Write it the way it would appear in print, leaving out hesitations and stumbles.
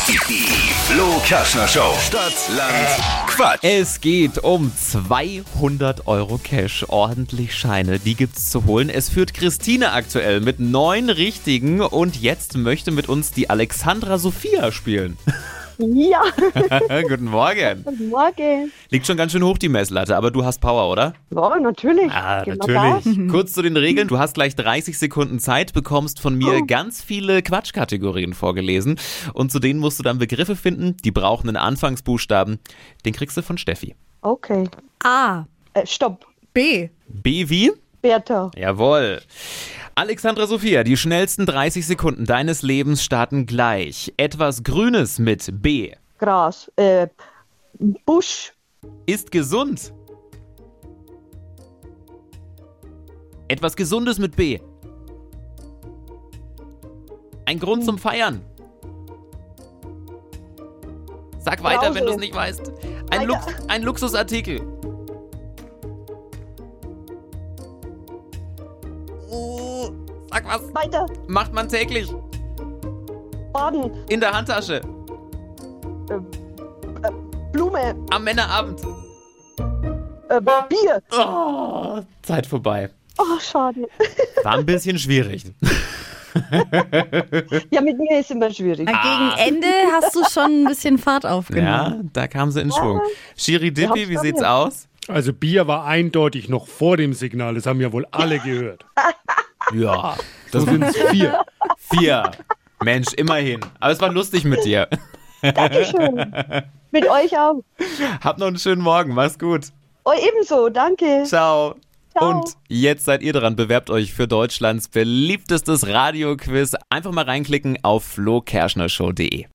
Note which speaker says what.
Speaker 1: Die Flo Kerschner Show. Stadt, Land, Quatsch.
Speaker 2: Es geht um 200 Euro Cash, ordentlich Scheine, die gibt's zu holen. Es führt Christine aktuell mit 9 Richtigen und jetzt möchte mit uns die Alexandra Sophia spielen.
Speaker 3: Ja,
Speaker 2: Guten Morgen.
Speaker 3: guten Morgen.
Speaker 2: Liegt schon ganz schön hoch die Messlatte, aber du hast Power, oder?
Speaker 3: Ja, natürlich.
Speaker 2: Ah,
Speaker 3: Gib mal Gas.
Speaker 2: Kurz zu den Regeln. Du hast gleich 30 Sekunden Zeit, bekommst von mir ganz viele Quatschkategorien vorgelesen und zu denen musst du dann Begriffe finden, die brauchen einen Anfangsbuchstaben. Den kriegst du von Steffi.
Speaker 3: Okay.
Speaker 4: A.
Speaker 3: Stopp.
Speaker 4: B.
Speaker 2: B wie?
Speaker 3: Bertha.
Speaker 2: Jawohl. Alexandra Sophia, die schnellsten 30 Sekunden deines Lebens starten gleich. Etwas Grünes mit B.
Speaker 3: Gras. Busch.
Speaker 2: Ist gesund. Etwas Gesundes mit B. Ein Grund zum Feiern. Sag weiter,
Speaker 3: Brause.
Speaker 2: wenn du es nicht weißt. Ein Luxusartikel. Oh, sag was.
Speaker 3: Weiter.
Speaker 2: Macht man täglich.
Speaker 3: Baden.
Speaker 2: In der Handtasche.
Speaker 3: Blume.
Speaker 2: Am Männerabend.
Speaker 3: Bier.
Speaker 2: Oh, Zeit vorbei.
Speaker 3: Oh, schade.
Speaker 2: War ein bisschen schwierig.
Speaker 3: Ja, mit mir ist immer schwierig.
Speaker 4: Gegen Ende hast du schon ein bisschen Fahrt aufgenommen.
Speaker 2: Ja, da kam sie in Schwung. Shiri Dippi,
Speaker 3: hab's
Speaker 2: wie sieht's
Speaker 3: probiert.
Speaker 2: aus?
Speaker 5: Also Bier war eindeutig noch vor dem Signal, das haben ja wohl alle gehört.
Speaker 2: Ja,
Speaker 5: Das sind 4.
Speaker 2: 4. Mensch, immerhin. Aber es war lustig mit dir.
Speaker 3: Dankeschön. Mit euch auch.
Speaker 2: Hab noch einen schönen Morgen. Mach's gut.
Speaker 3: Oh, ebenso. Danke.
Speaker 2: Ciao.
Speaker 3: Ciao.
Speaker 2: Und jetzt seid ihr dran. Bewerbt euch für Deutschlands beliebtestes Radioquiz. Einfach mal reinklicken auf flokerschnershow.de.